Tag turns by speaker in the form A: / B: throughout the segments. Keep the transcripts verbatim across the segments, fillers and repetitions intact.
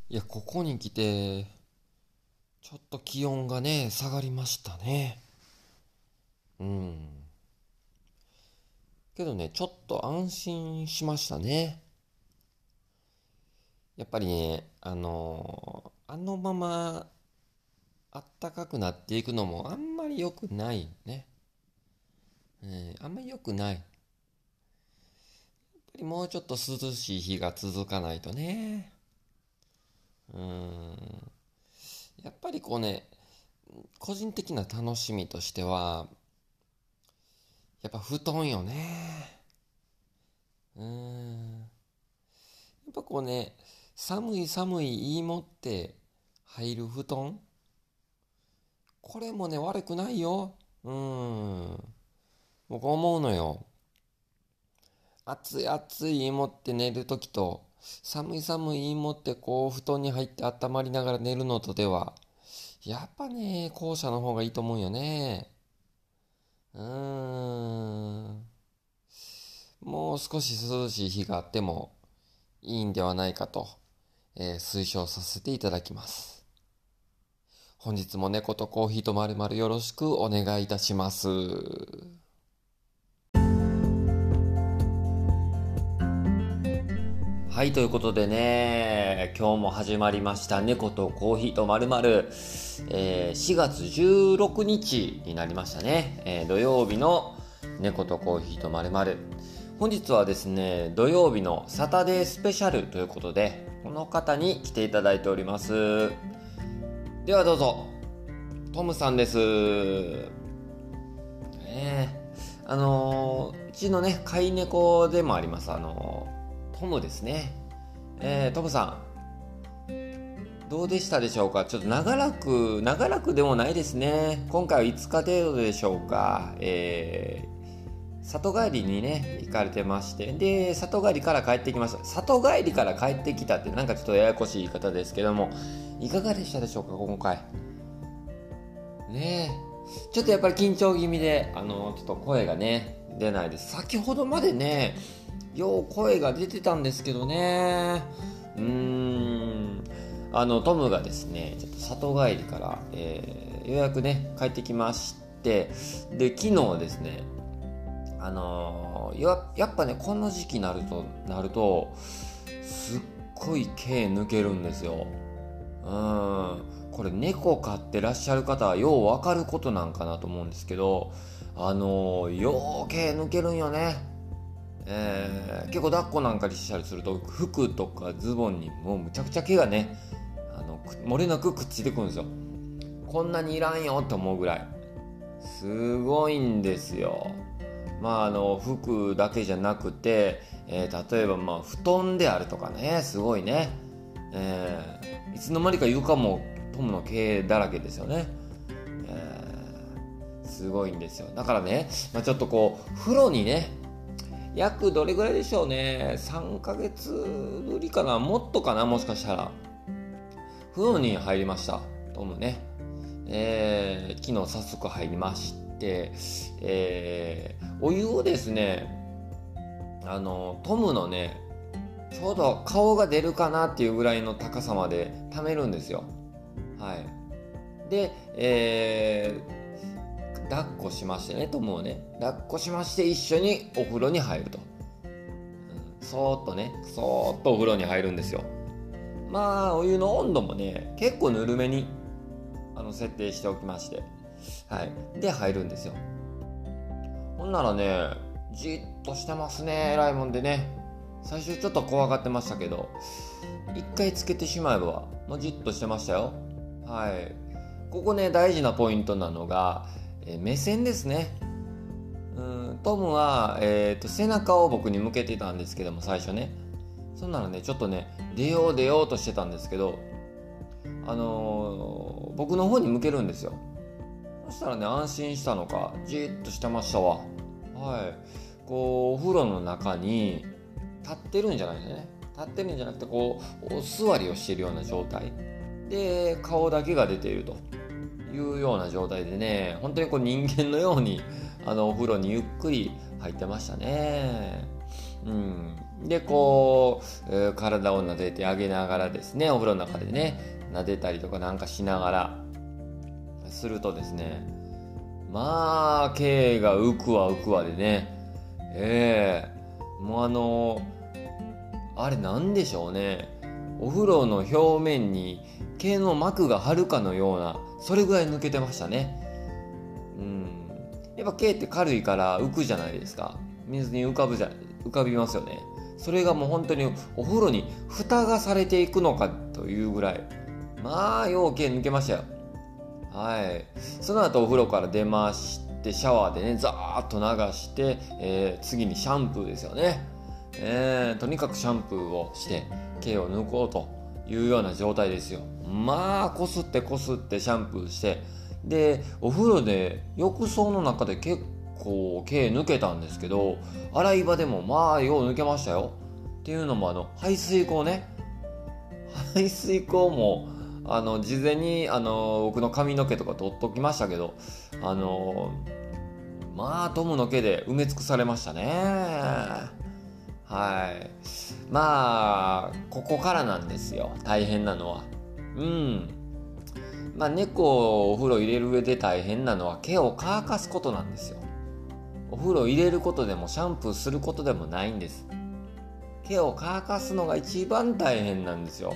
A: いや、ここに来て、ちょっと気温がね、下がりましたね。うん。けどね、ちょっと安心しましたね。やっぱりね、あのーあのままあったかくなっていくのもあんまり良くないね。うん、あんまり良くない。やっぱりもうちょっと涼しい日が続かないとね。うん。やっぱりこうね、個人的な楽しみとしては、やっぱ布団よね。うん。やっぱこうね、寒い寒い言いもって入る布団、これもね、悪くないよ。うん。僕思うのよ。暑い暑い言いもって寝るときと、寒い寒い言いもってこう布団に入って温まりながら寝るのとでは、やっぱね、後者の方がいいと思うよね。うーん。もう少し涼しい日があってもいいんではないかと、えー推奨させていただきます。本日も猫とコーヒーとまるまるよろしくお願いいたします。はい、ということでね、今日も始まりました猫とコーヒーとまるまる、えー、しがつじゅうろくにちになりましたね、えー土曜日の猫とコーヒーとまるまる。本日はですね、土曜日のサタデースペシャルということで、この方に来ていただいております。ではどうぞ、トムさんです。ねあのーうちのね、飼い猫でもあります、あのートムですね。えー、トムさん、どうでしたでしょうか。ちょっと長らく、長らくでもないですね。今回はいつか程度でしょうか。えー、里帰りにね、行かれてまして、で、里帰りから帰ってきました。里帰りから帰ってきたって、なんかちょっとややこしい言い方ですけども、いかがでしたでしょうか、今回。ねえ。ちょっとやっぱり緊張気味で、あの、ちょっと声がね、出ないです。先ほどまでね、よう声が出てたんですけどね。うーん。あの、トムがですね、ちょっと里帰りから、えーようやくね、帰ってきまして、で、昨日ですね、あのーや、やっぱね、この時期になると、なると、すっごい毛抜けるんですよ。うん、これ猫飼ってらっしゃる方はようわかることなんかなと思うんですけど、あのー、よう毛抜けるんよね。えー結構抱っこなんかにしたりすると服とかズボンにもうむちゃくちゃ毛がね、あの漏れなくくっついてくるんですよ。こんなにいらんよと思うぐらいすごいんですよ。まああの服だけじゃなくて、えー例えばまあ布団であるとかね、すごいね、えーいつの間にか床もトムの毛だらけですよね。えーすごいんですよ。だからね、まあ、ちょっとこう風呂にね、約どれぐらいでしょうね、さんかげつぶりかな、もっとかな、もしかしたら風呂に入りましたトムね。えー昨日早速入りまして、えーお湯をですね、あのトムのね、ちょうど顔が出るかなっていうぐらいの高さまで溜めるんですよ。はい。で、えー抱っこしましてね、トムをね、抱っこしまして一緒にお風呂に入ると。そーっとね、そーっとお風呂に入るんですよ。まあ、お湯の温度もね、結構ぬるめにあの設定しておきまして、はい。で、入るんですよ。ほんならね、じっとしてますね、えらいもんでね。最初ちょっと怖がってましたけど、一回つけてしまえば、もうじっとしてましたよ。はい。ここね、大事なポイントなのが、えー目線ですね。うん、トムは、えーと、背中を僕に向けてたんですけども、最初ね。そんならね、ちょっとね、出よう出ようとしてたんですけど、あのー僕の方に向けるんですよ。そしたらね、安心したのか、じーっとしてましたわ。はい。こう、お風呂の中に立ってるんじゃないですね。立ってるんじゃなくて、こう、お座りをしているような状態。で、顔だけが出ているというような状態でね、本当にこう人間のように、あの、お風呂にゆっくり入ってましたね。うん。 でこう、えー体を撫でてあげながらですね、お風呂の中でね撫でたりとかなんかしながらするとですね、まあ毛が浮くわ浮くわでね、ええもうあのあれなんでしょうね、お風呂の表面に毛の膜が張るかのような、それぐらい抜けてましたね。うん、やっぱ毛って軽いから浮くじゃないですか。水に浮かぶじゃ浮かびますよね。それがもう本当にお風呂に蓋がされていくのかというぐらい、まあよう毛抜けましたよ。はい。その後お風呂から出まして、シャワーでねザーッと流して、えー次にシャンプーですよね。えーとにかくシャンプーをして毛を抜こうというような状態ですよ。まあこすってこすってシャンプーして、でお風呂で浴槽の中で結構毛抜けたんですけど、洗い場でもまあよう抜けましたよ。っていうのもあの排水口ね、排水口もあの事前にあの僕の髪の毛とか取っときましたけど、あのまあトムの毛で埋め尽くされましたね。はい。まあここからなんですよ、大変なのは。うんまあ猫をお風呂入れる上で大変なのは毛を乾かすことなんですよ。お風呂入れることでもシャンプーすることでもないんです。毛を乾かすのが一番大変なんですよ。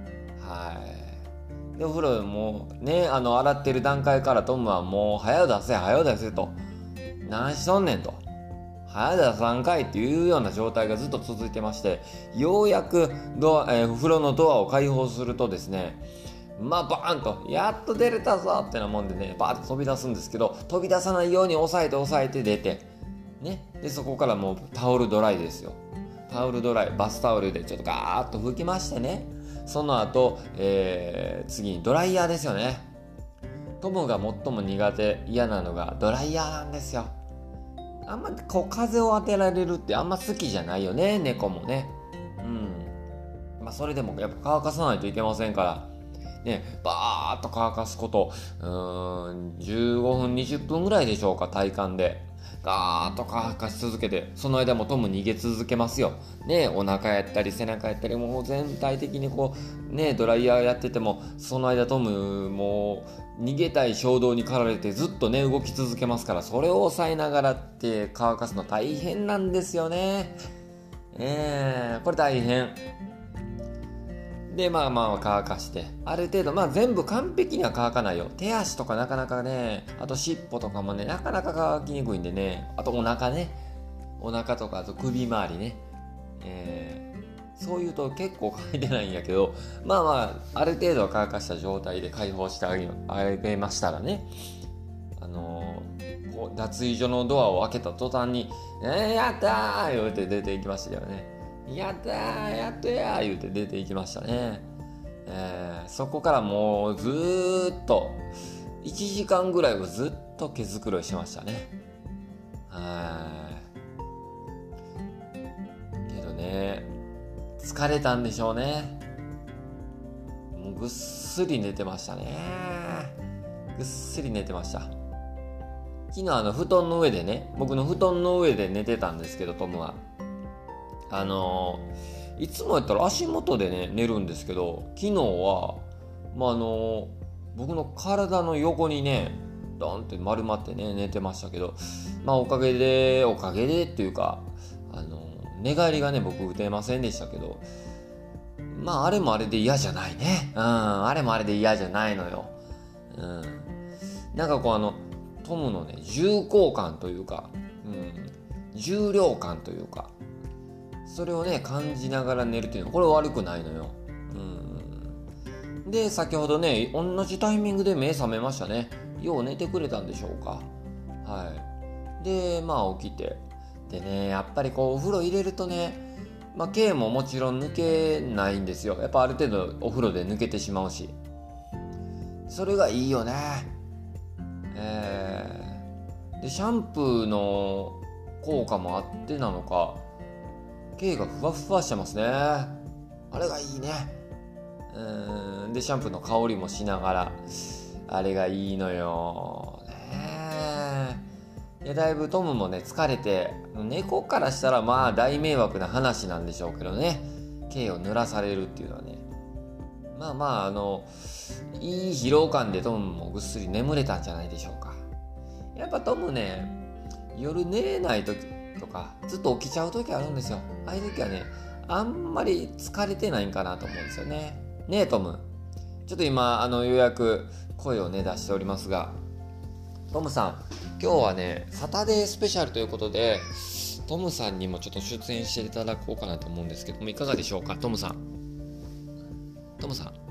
A: はいでお風呂もね、あの洗ってる段階からトムはもう早う出せ早う出せと、何しとんねんと、早出さんかいっていうような状態がずっと続いてまして、ようやくドア、えー、風呂のドアを開放するとですね、まあバーンとやっと出れたぞってなもんでね、バーッと飛び出すんですけど、飛び出さないように押さえて押さえて出てね、でそこからもうタオルドライですよ。タオルドライ、バスタオルでちょっとガーッと拭きましてね、その後、えー、次にドライヤーですよね。トムが最も苦手嫌なのがドライヤーなんですよ。あんまこう風を当てられるってあんま好きじゃないよね、猫もね。うんまあそれでもやっぱ乾かさないといけませんからね、バーッと乾かすこと、うーんじゅうごふんにじゅっぷんぐらいでしょうか、体感でガーッと乾かし続けて、その間もトム逃げ続けますよね。お腹やったり背中やったり、もう全体的にこうねドライヤーやってても、その間トムもう逃げたい衝動に駆られてずっとね動き続けますから、それを抑えながらって乾かすの大変なんですよね。えー、これ大変で、まあまあ乾かして、ある程度まあ全部完璧には乾かないよ。手足とかなかなかね、あと尻尾とかもねなかなか乾きにくいんでね、あとお腹ね、お腹とかあと首周りね、えー、そういうと結構乾いてないんやけど、まあまあある程度は乾かした状態で解放してあげましたらね、あのー、こう脱衣所のドアを開けた途端に「えー、やったー!」言うて出ていきましたよね。やったーやっとやー言うて出ていきましたね。えー、そこからもうずーっといちじかんぐらいはずっと毛づくろいしましたね。はいけどね、疲れたんでしょうね。もうぐっすり寝てましたね。ぐっすり寝てました。昨日あの布団の上でね、僕の布団の上で寝てたんですけど、トムはあのー、いつもやったら足元でね寝るんですけど、昨日は、まああのー、僕の体の横にねドンって丸まってね寝てましたけど、まあおかげでおかげでっていうか、あのー、寝返りがね僕打てませんでしたけど、まああれもあれで嫌じゃないね。うんあれもあれで嫌じゃないのよ。うんなんかこうあのトムのね重厚感というか、うん、重量感というか、それをね感じながら寝るっていうのはこれ悪くないのよ。うんで先ほどね同じタイミングで目覚めましたね。よう寝てくれたんでしょうか。はいでまあ起きて、でねやっぱりこうお風呂入れるとね、まあ毛ももちろん抜けないんですよ。やっぱある程度お風呂で抜けてしまうし、それがいいよね。えー、でシャンプーの効果もあってなのか毛がふわふわしてますね。あれがいいね。うーんでシャンプーの香りもしながら、あれがいいのよね。 いやだいぶトムもね疲れて、猫からしたらまあ大迷惑な話なんでしょうけどね、毛を濡らされるっていうのはね、まあまああのいい疲労感でトムもぐっすり眠れたんじゃないでしょうか。やっぱトムね、夜寝れない時とかずっと起きちゃう時あるんですよ。ああいう時はね、あんまり疲れてないんかなと思うんですよね。ねえトム、ちょっと今あのようやく声をね出しておりますが、トムさん今日はねサタデースペシャルということで、トムさんにもちょっと出演していただこうかなと思うんですけども、いかがでしょうか。トムさんトムさん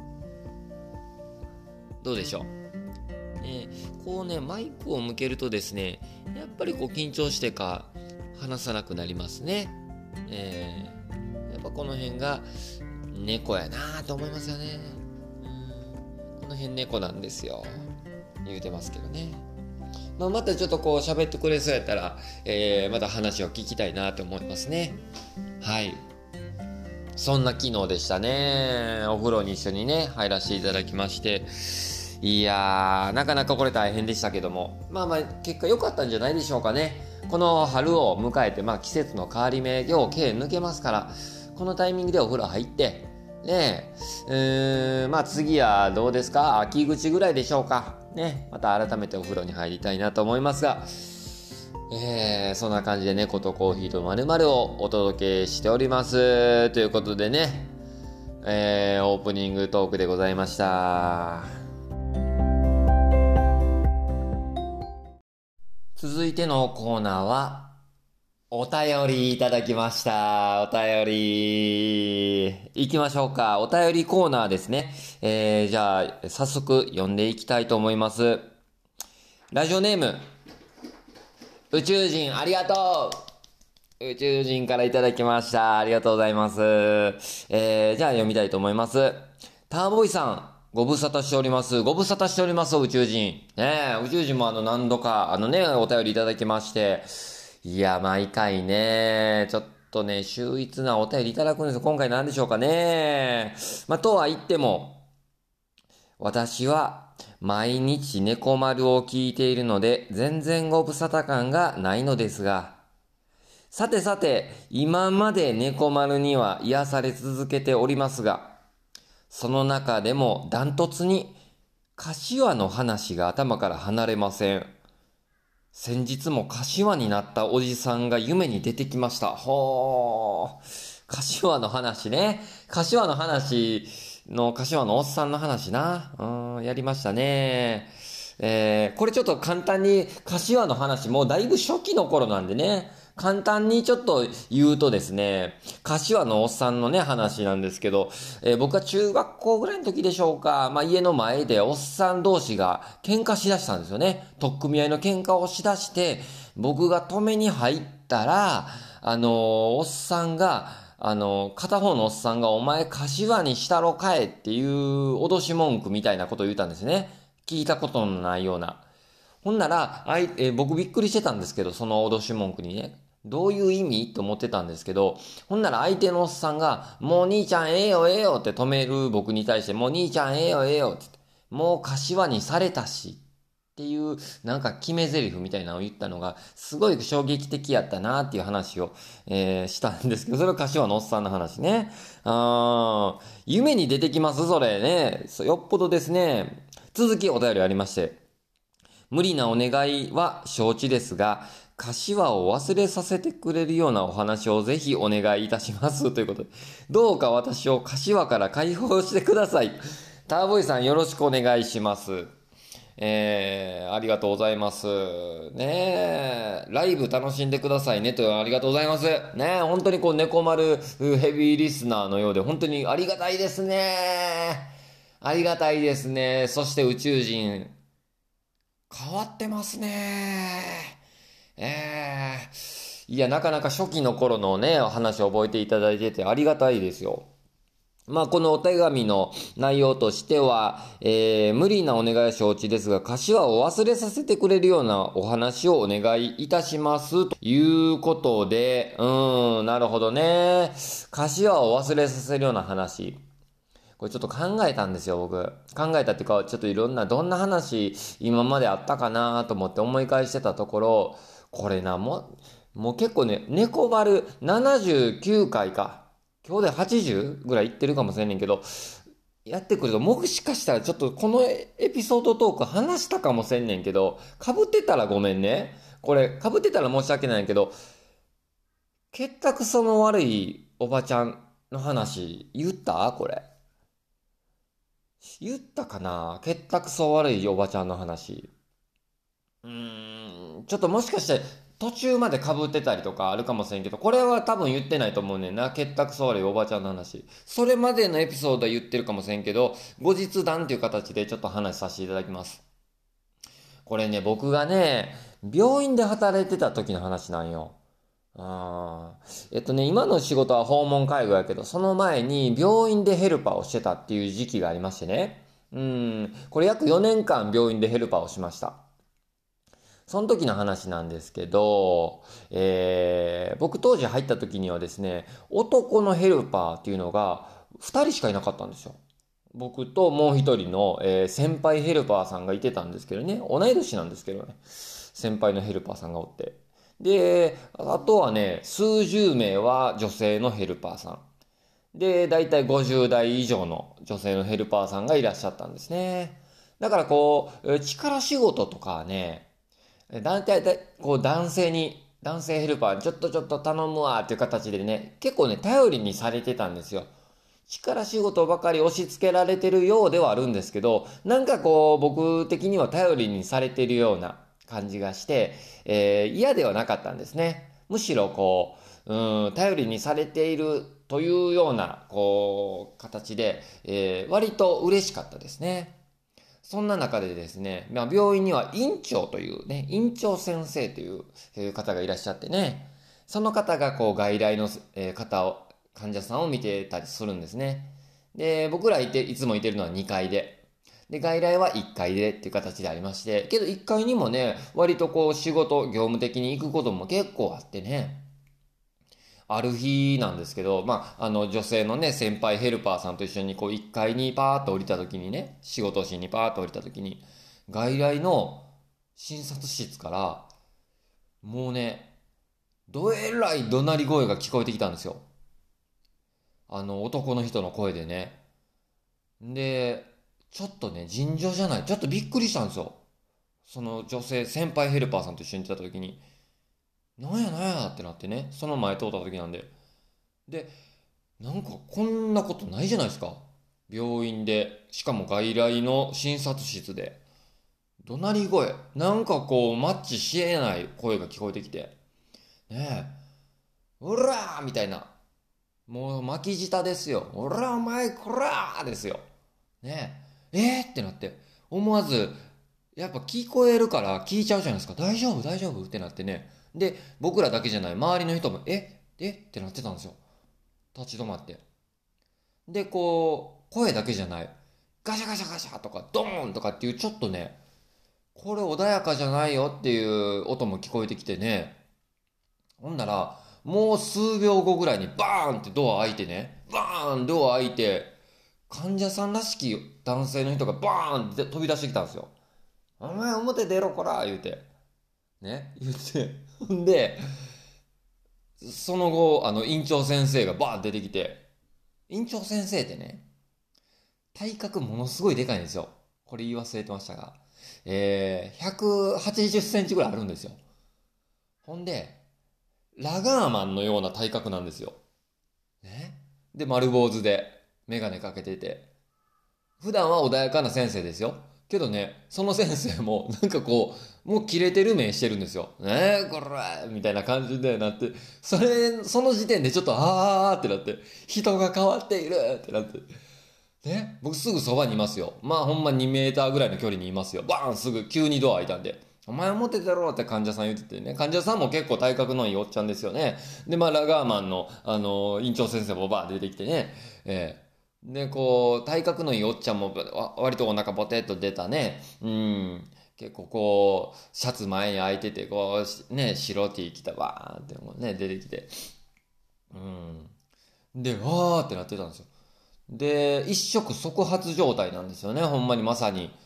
A: どうでしょう。ね、こうねマイクを向けるとですね、やっぱりこう緊張してか話さなくなりますね。えー、やっぱこの辺が猫やなと思いますよね。うん、この辺猫なんですよ言うてますけどね。まあ、またちょっとこう喋ってくれそうやったら、えー、また話を聞きたいなと思いますね。はい、そんな機能でしたね。お風呂に一緒にね入らせていただきまして、いやーなかなかこれ大変でしたけども、まあまあ結果良かったんじゃないでしょうかね。この春を迎えて、まあ、季節の変わり目よう毛抜けますから、このタイミングでお風呂入ってねえ、うーんまあ次はどうですか、秋口ぐらいでしょうかね、また改めてお風呂に入りたいなと思いますが、えー、そんな感じで猫とコーヒーとまるまるをお届けしておりますということでね、えー、オープニングトークでございました。続いてのコーナーはお便りいただきました。お便り行きましょうか。お便りコーナーですね。えー、じゃあ早速読んでいきたいと思います。ラジオネーム宇宙人ありがとう。宇宙人からいただきました。ありがとうございます。えー、じゃあ読みたいと思います。ターボーイさん、ご無沙汰しております。ご無沙汰しております、宇宙人。ねえ、宇宙人もあの何度か、あのね、お便りいただきまして、いや、毎回ね、ちょっとね、秀逸なお便りいただくんですよ。今回何でしょうかね。まあ、とは言っても、私は毎日猫丸を聞いているので、全然ご無沙汰感がないのですが、さてさて、今まで猫丸には癒され続けておりますが、その中でもダントツに柏の話が頭から離れません。先日も柏になったおじさんが夢に出てきました。ほー。柏の話ね。柏の話の、柏のおっさんの話な。うん、やりましたね。えー、これちょっと簡単に、柏の話、もうだいぶ初期の頃なんでね。簡単にちょっと言うとですね、柏のおっさんのね、話なんですけど、えー僕は中学校ぐらいの時でしょうか、まあ家の前でおっさん同士が喧嘩しだしたんですよね。取っ組み合いの喧嘩をしだして、僕が止めに入ったら、あのーおっさんが、あのー片方のおっさんがお前柏にしたろかえっていう脅し文句みたいなことを言ったんですね。聞いたことのないような。ほんなら、あいえー僕びっくりしてたんですけど、その脅し文句にね。どういう意味と思ってたんですけど、ほんなら相手のおっさんが、もう兄ちゃんええよええよって止める僕に対して、もう兄ちゃんええよええよってって、もう柏にされたし、っていう、なんか決め台詞みたいなのを言ったのが、すごい衝撃的やったなっていう話を、えーしたんですけど、それは柏のおっさんの話ね。あー夢に出てきますそれね。よっぽどですね。続きお便りありまして。無理なお願いは承知ですが、柏を忘れさせてくれるようなお話をぜひお願いいたしますということで、どうか私を柏から解放してください。ターボーイさんよろしくお願いします。えー、ありがとうございます。ねえ、ライブ楽しんでくださいねと、ありがとうございます。ねえ、本当にこう、猫丸ヘビーリスナーのようで、本当にありがたいですね。ありがたいですね。そして宇宙人、変わってますね。ええいや、なかなか初期の頃のね、お話を覚えていただいててありがたいですよ。まあ、このお手紙の内容としては、えー、無理なお願いは承知ですが、柏を忘れさせてくれるようなお話をお願いいたします。ということで、うーん、なるほどね。柏を忘れさせるような話。これちょっと考えたんですよ、僕。考えたっていうか、ちょっといろんな、どんな話今まであったかなと思って思い返してたところ、 これな、もう、もう結構ね、猫バルななじゅうきゅうかいか。今日ではちじゅうぐらいいってるかもしれんねんけど、やってくると、もしかしたらちょっとこのエピソードトーク話したかもしれんねんけど、被ってたらごめんね。これ、被ってたら申し訳ないけど、結託その悪いおばちゃんの話、言ったこれ。言ったかな、結託そ悪いおばちゃんの話。うーん、ちょっともしかして途中まで被ってたりとかあるかもしれんけど、これは多分言ってないと思うねんな。結託そ悪いおばちゃんの話。それまでのエピソードは言ってるかもしれんけど、後日談っていう形でちょっと話させていただきます。これね、僕がね、病院で働いてた時の話なんよ。あーえっとね、今の仕事は訪問介護やけど、その前に病院でヘルパーをしてたっていう時期がありましてね。うん、これ約よねんかん病院でヘルパーをしました。その時の話なんですけど、えー、僕当時入った時にはですね、男のヘルパーっていうのがふたりしかいなかったんですよ。僕ともう一人の、えー先輩ヘルパーさんがいてたんですけどね、同い年なんですけどね、先輩のヘルパーさんがおって。で、あとはね、数十名は女性のヘルパーさん。で、だいたいごじゅう代以上の女性のヘルパーさんがいらっしゃったんですね。だからこう、えー力仕事とかはね、大体、だいこう男性に、男性ヘルパーにちょっとちょっと頼むわっていう形でね、結構ね、頼りにされてたんですよ。力仕事ばかり押し付けられてるようではあるんですけど、なんかこう、僕的には頼りにされてるような感じがして、えー嫌ではなかったんですね。むしろこう、うん、頼りにされているというような、こう、形で、えー割と嬉しかったですね。そんな中でですね、まあ、病院には院長というね、院長先生というえー方がいらっしゃってね、その方がこう外来のえー方を、患者さんを見てたりするんですね。で、僕らいて、いつもいてるのはにかいで。で、外来はいっかいでっていう形でありまして、けどいっかいにもね、割とこう仕事、業務的に行くことも結構あってね、ある日なんですけど、まあ、あの、女性のね、先輩ヘルパーさんと一緒に、こう、いっかいにパーッと降りた時にね、仕事をしにパーッと降りた時に、外来の診察室から、もうね、どえらい怒鳴り声が聞こえてきたんですよ。あの、男の人の声でね。で、ちょっとね、尋常じゃない。ちょっとびっくりしたんですよ。その女性、先輩ヘルパーさんと一緒に行ってた時に、なんやなんやってなってね、その前通った時なんで。で、なんかこんなことないじゃないですか。病院で、しかも外来の診察室で、怒鳴り声、なんかこうマッチしえない声が聞こえてきて、ねえ、うらーみたいな、もう巻き舌ですよ。おらお前こらーですよ。ねえ、えーってなって、思わず、やっぱ聞こえるから聞いちゃうじゃないですか。大丈夫大丈夫ってなってね。で、僕らだけじゃない、周りの人も、ええってなってたんですよ。立ち止まって。で、こう、声だけじゃない。ガシャガシャガシャとか、ドーンとかっていう、ちょっとね、これ穏やかじゃないよっていう音も聞こえてきてね。ほんなら、もう数秒後ぐらいにバーンってドア開いてね。バーンドア開いて、患者さんらしき男性の人がバーンって飛び出してきたんですよ。お前表出ろこら言うて。ね言って。ほんで、その後、あの、院長先生がバーン出てきて、院長先生ってね、体格ものすごいでかいんですよ。これ言い忘れてましたが。えー、ひゃくはちじゅっセンチぐらいあるんですよ。ほんで、ラガーマンのような体格なんですよ。ね。で、丸坊主で、メガネかけてて。普段は穏やかな先生ですよ。けどね、その先生も、なんかこう、もうキレてる目してるんですよ。ねえ、こらみたいな感じでなって、それ、その時点でちょっと、あーってなって、人が変わっているってなって。ね、僕すぐそばにいますよ。まあほんまにメーターぐらいの距離にいますよ。バーンすぐ急にドア開いたんで。お前持っててろって患者さん言っててね。患者さんも結構体格のいいおっちゃんですよね。で、まあラガーマンの、あの、院長先生もバー出てきてね。えーで、こう、体格のいいおっちゃんもわ割とお腹ポテッと出たね。うん。結構こう、シャツ前に開いてて、こう、ね、白 T 着たバーンってもうね、出てきて。うん。で、わーってなってたんですよ。で、一触即発状態なんですよね、ほんまにまさに。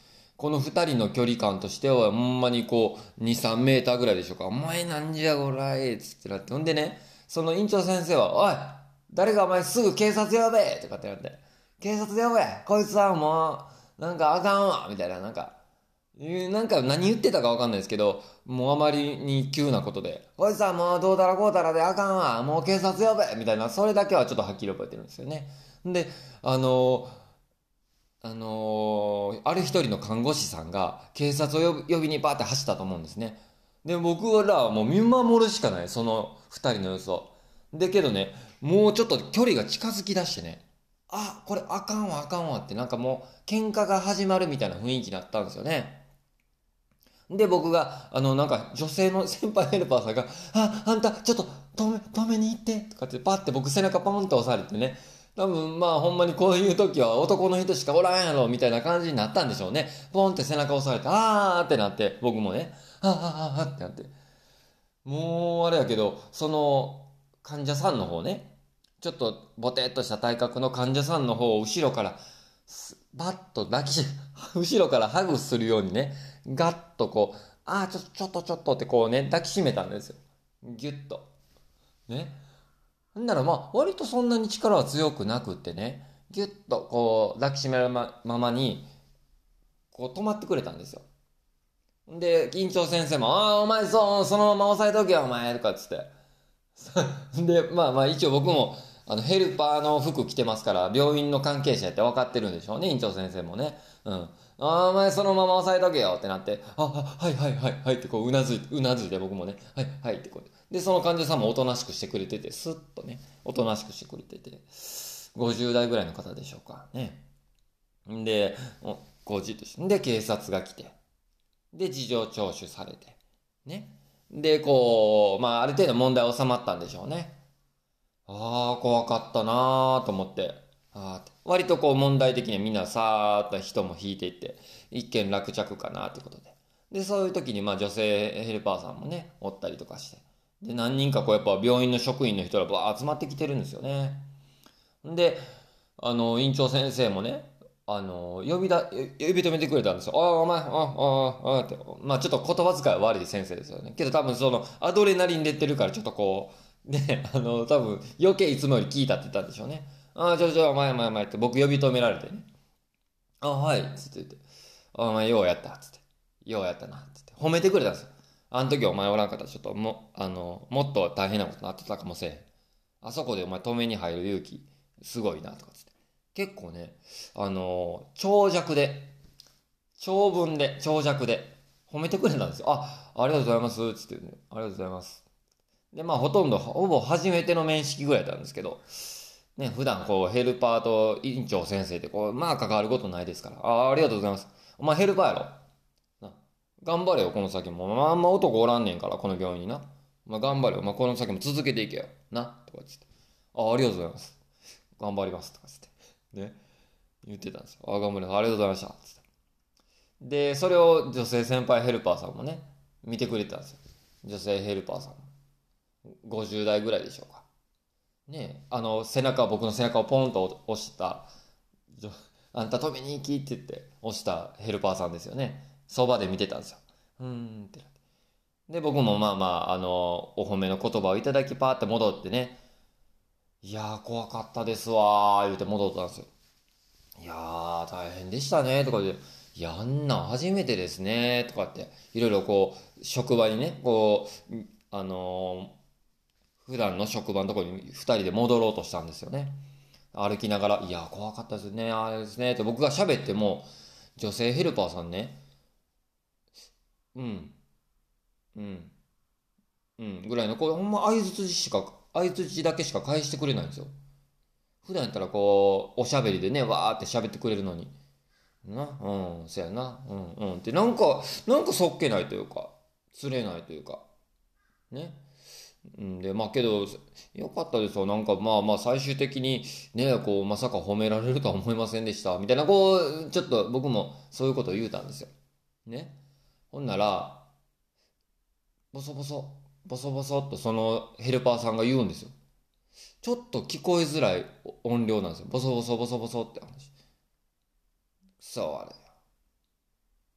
A: この二人の距離感としては、ほんまにこう、に、さんメーターぐらいでしょうか。お前なんじゃこらえ、つってなって。ほんでね、その院長先生は、おい誰がお前すぐ警察呼べとかってなって、警察呼べこいつはもう、なんかあかんわみたいな、なんか、なんか何言ってたかわかんないですけど、もうあまりに急なことで、こいつはもうどうたらこうたらであかんわもう警察呼べみたいな、それだけはちょっとはっきり覚えてるんですよね。で、あのあのーある一人の看護師さんが警察を呼び呼びにバーって走ったと思うんですね。で、僕らはもう見守るしかない、その二人の様子を。で、けどね、もうちょっと距離が近づき出してね、あ、これあかんわあかんわってなんかもう喧嘩が始まるみたいな雰囲気になったんですよね。で、僕が、あの、なんか、女性の先輩ヘルパーさんが、あ、あんた、ちょっと、止め、止めに行って、とかって、パッて僕背中ポンと押されてね、多分、まあ、ほんまにこういう時は男の人しかおらんやろ、みたいな感じになったんでしょうね。ポンって背中押されて、あーってなって、僕もね、あーあーあーってなって。もう、あれやけど、その、患者さんの方ね、ちょっと、ボテっとした体格の患者さんの方を後ろから、バッと抱きし、後ろからハグするようにね、ガッとこう、ああ、ちょ、ちょっとちょっとってこうね、抱きしめたんですよ。ギュッと。ね。ほんならまあ、割とそんなに力は強くなくってね、ギュッとこう、抱きしめるまままに、こう止まってくれたんですよ。で、院長先生も、ああ、お前そう、そのまま押さえとけよ、お前、とかっつって。で、まあまあ一応僕も、あの、ヘルパーの服着てますから、病院の関係者やって分かってるんでしょうね、院長先生もね。うん。ああ、お前そのまま押さえとけよってなって、あ、あはいはいはいはいってこう、うなずいて、うなずいて僕もね、はいはいってこう。で、その患者さんもおとなしくしてくれてて、スッとね、おとなしくしてくれてて、ごじゅう代ぐらいの方でしょうか。ね。んで、おこうじっとして、で、警察が来て、で、事情聴取されて、ね。で、こう、まあ、ある程度問題収まったんでしょうね。ああ、怖かったなーと思って。あー割とこう問題的にはみんなさーっと人も引いていって、一件落着かなってことで。で、そういう時にまあ女性ヘルパーさんもね、おったりとかして。で、何人かこうやっぱ病院の職員の人らばー集まってきてるんですよね。で、あの、院長先生もね、あの、呼びだ、呼び止めてくれたんですよ。ああ、お前、ああ、ああ、って。まあちょっと言葉遣いは悪い先生ですよね。けど多分その、アドレナリン出てるからちょっとこう、ね、あの、多分余計いつもより聞いたって言ったんでしょうね。ああ、ちょちょ、お前、お前、お前って僕呼び止められてね。ああ、はい、つって言って。ああ、お前ようやった、つって。ようやったな、つって。褒めてくれたんですよ。あの時お前おらんかったらちょっとも、あの、もっと大変なことになってたかもしれん。あそこでお前止めに入る勇気、すごいな、とかつって。結構ね、あのー長尺で、長文で、長尺で、褒めてくれたんですよ。あ、ありがとうございます、つってね、ありがとうございます。で、まあ、ほとんど、ほぼ初めての面識ぐらいだったんですけど、ね、普段こう、ヘルパーと院長先生ってこう、まあ、関わることないですから、あ、ありがとうございます。お前ヘルパーやろな。頑張れよ、この先も。まあ、あんま男おらんねんから、この病院にな。まあ、頑張れよ。まあ、この先も続けていけよ。な。とか言って。あ、ありがとうございます。頑張ります。とか言って。ね。言ってたんですよ。あ、頑張ります。ありがとうございました。つって。で、それを女性先輩ヘルパーさんもね、見てくれてたんですよ。女性ヘルパーさんも。ごじゅう代ぐらいでしょうか。ねあの、背中、僕の背中をポンと押した、あんた止めに行きって言って押したヘルパーさんですよね。そばで見てたんですよ。うーんってなって。で、僕もまあまあ、あの、お褒めの言葉をいただきパーって戻ってね、いやー怖かったですわー言うて戻ったんですよ。いやー大変でしたねとかで、いや、あんなん初めてですねとかって、いろいろこう、職場にね、こう、あのー普段の職場のところに二人で戻ろうとしたんですよね。歩きながら、いや、怖かったですね、あれですね、って僕が喋っても、女性ヘルパーさんね、うん、うん、うん、ぐらいの、これほんま相槌しか、相槌だけしか返してくれないんですよ。普段やったらこう、おしゃべりでね、わーって喋ってくれるのに、な、うん、そやな、うん、うん、ってなんか、なんかそっけないというか、釣れないというか、ね。うんで、まあけど、よかったですよ。なんかまあまあ最終的にね、こう、まさか褒められるとは思いませんでした。みたいな、こう、ちょっと僕もそういうことを言うたんですよ。ね。ほんなら、ボソボソ、ボソボソっとそのヘルパーさんが言うんですよ。ちょっと聞こえづらい音量なんですよ。ボソボソボソボソって話。そうあれ。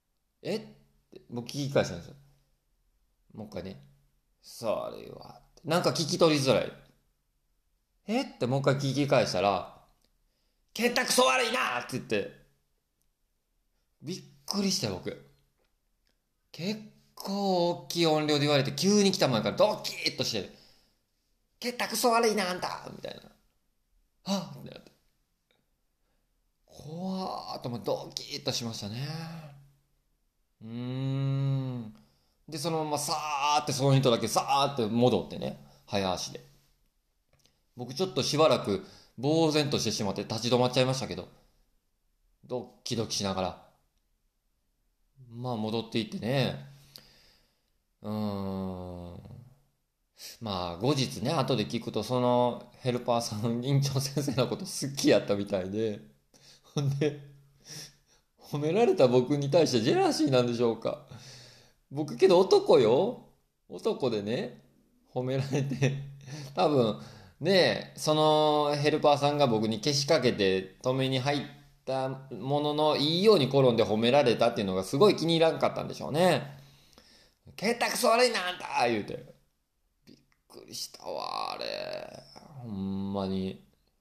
A: えって僕聞き返したんですよ。もう一回ね。それはなんか聞き取りづらい。えってもう一回聞き返したら、ケンタクソ悪いなって言って、びっくりしたよ僕。結構大きい音量で言われて、急に来た前からドキッとして、ケンタクソ悪いなあんたみたいな。はっってなって。怖ーっともうドキッとしましたね。うーん。で、そのままさーってその人だけさーって戻ってね。早足で。僕ちょっとしばらく呆然としてしまって立ち止まっちゃいましたけど、ドッキドキしながら、まあ戻っていってね。うーん。まあ後日ね、後で聞くとそのヘルパーさん、院長先生のこと好きやったみたいで、ほんで、褒められた僕に対してジェラシーなんでしょうか。僕けど男よ。男でね、褒められて、多分ね、そのヘルパーさんが僕にけしかけて止めに入ったものの、いいように転んで褒められたっていうのがすごい気に入らんかったんでしょうね。ケンタクソ悪いなあんた言うて。びっくりしたわ、あれ。ほんまに。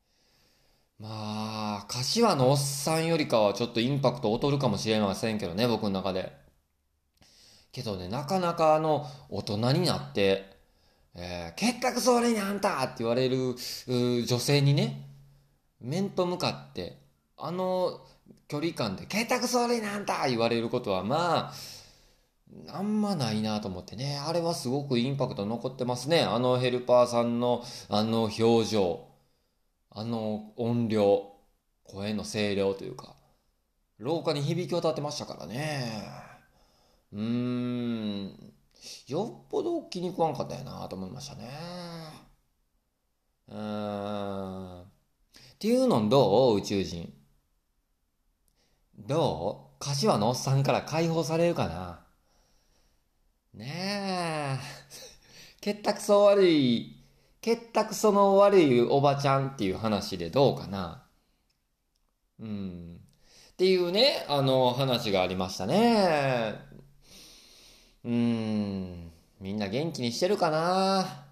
A: まあ、柏のおっさんよりかはちょっとインパクト劣るかもしれませんけどね、僕の中で。けどね、なかなかあの、大人になって、えー、結託それにあんたって言われるう女性にね、面と向かって、あの距離感で、結託それにあんた言われることは、まあ、あんまないなと思ってね、あれはすごくインパクト残ってますね。あのヘルパーさんのあの表情、あの音量、声の声量というか、廊下に響き渡ってましたからね。うーん。よっぽど気に食わんかったやなと思いましたね。うーん。っていうのどう宇宙人。どう柏のおっさんから解放されるかな。ねえ。結託そ悪い、結託その悪いおばちゃんっていう話でどうかな。うん。っていうね、あの話がありましたね。うーん。みんな元気にしてるかな。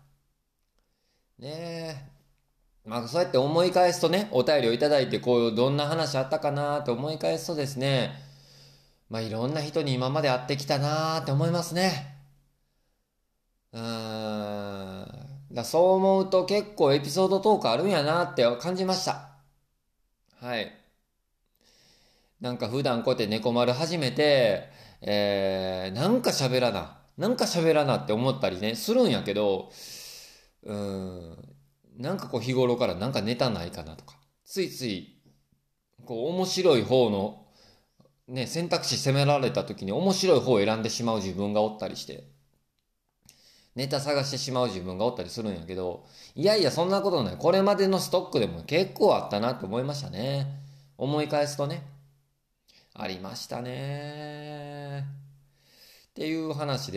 A: ねえ。まあそうやって思い返すとね、お便りをいただいて、こう、どんな話あったかなって思い返すとですね、まあいろんな人に今まで会ってきたなって思いますね。うーん。だそう思うと結構エピソードトークあるんやなって感じました。はい。なんか普段こうやって猫丸始めて、えー、なんか喋らな、なんか喋らなって思ったりね、するんやけど、うーん、なんかこう日頃からなんかネタないかなとか、ついつい、こう面白い方の、ね、選択肢責められた時に面白い方を選んでしまう自分がおったりして、ネタ探してしまう自分がおったりするんやけど、いやいやそんなことない。これまでのストックでも結構あったなって思いましたね。思い返すとね。ありましたね。っていう話です。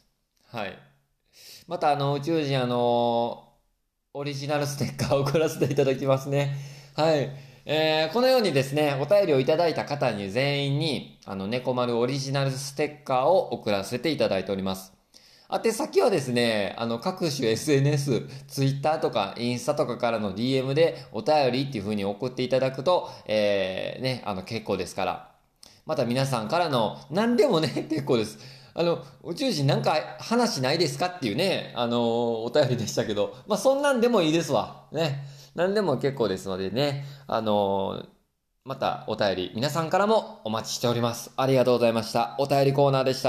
A: はい。またあの宇宙人あのオリジナルステッカーを送らせていただきますね。はい。えーこのようにですね、お便りをいただいた方に全員に、あの、猫丸オリジナルステッカーを送らせていただいております。宛先はですね、あの、各種 エスエヌエス、Twitter とかインスタとかからの ディーエム でお便りっていう風に送っていただくと、えー、ね、あの、結構ですから。また皆さんからの、何でもね、結構です。あの、宇宙人なんか話ないですかっていうね、あのーお便りでしたけど、まあ、そんなんでもいいですわ。ね。何でも結構ですのでね、あのーまたお便り皆さんからもお待ちしております。ありがとうございました。お便りコーナーでした。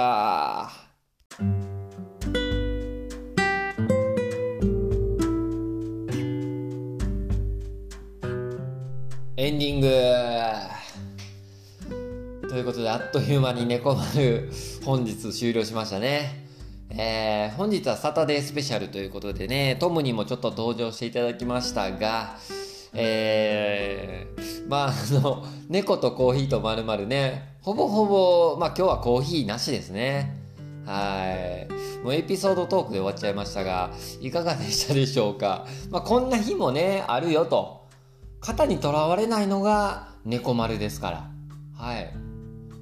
A: エンディング。ということで、あっという間に猫丸本日終了しましたね。えー、本日はサタデースペシャルということでね、トムにもちょっと登場していただきましたが、えー、まあ、あの、猫とコーヒーとまるまるね、ほぼほぼ、まあ今日はコーヒーなしですね。はい。もうエピソードトークで終わっちゃいましたが、いかがでしたでしょうか。まあこんな日もね、あるよと。型にとらわれないのが猫丸ですから。はい。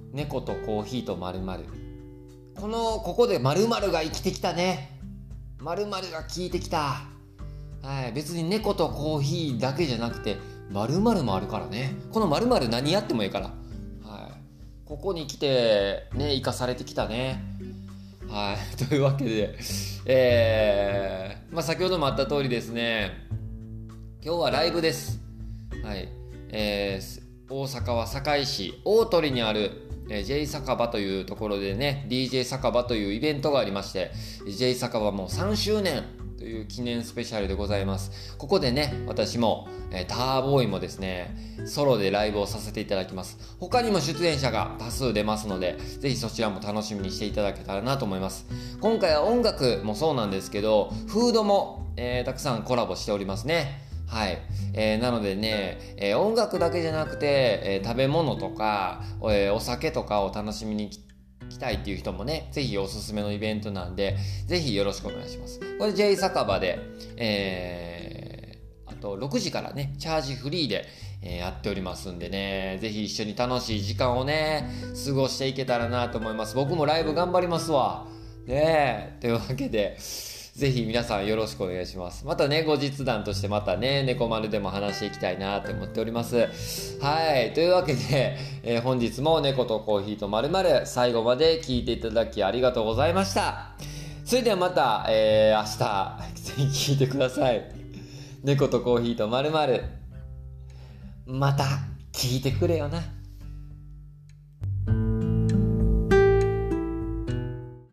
A: 猫とコーヒーと〇〇。このここで〇〇が生きてきたね。〇〇が効いてきた。はい、別に猫とコーヒーだけじゃなくて〇〇もあるからね。この〇〇何やってもいいから。はい、ここに来てね生かされてきたね。はい、というわけで、えーまあ、先ほどもあった通りですね、今日はライブです。はい、えー、大阪は堺市大鳥にある、えー、J 酒場というところでね ディージェー 酒場というイベントがありまして、 J 酒場もさんしゅうねんという記念スペシャルでございます。ここでね私も、えー、ターボーイもですねソロでライブをさせていただきます。他にも出演者が多数出ますので、ぜひそちらも楽しみにしていただけたらなと思います。今回は音楽もそうなんですけど、フードも、えー、たくさんコラボしておりますね。はい、えー、なのでね、えー、音楽だけじゃなくて、えー、食べ物とか、えー、お酒とかを楽しみに来来たいっていう人もね、ぜひおすすめのイベントなんで、ぜひよろしくお願いします。これ J 酒場で、えー、あとろくじからね、チャージフリーで、えー、やっておりますんでね、ぜひ一緒に楽しい時間をね、過ごしていけたらなと思います。僕もライブ頑張りますわ。ねえ、というわけで、ぜひ皆さんよろしくお願いします。またね、後日談としてまたね、猫丸でも話していきたいなと思っております。はい。というわけで、えー、本日も猫とコーヒーと〇〇最後まで聞いていただきありがとうございました。それではまた、えー、明日、ぜひ聞いてください。猫とコーヒーと〇〇また聞いてくれよな。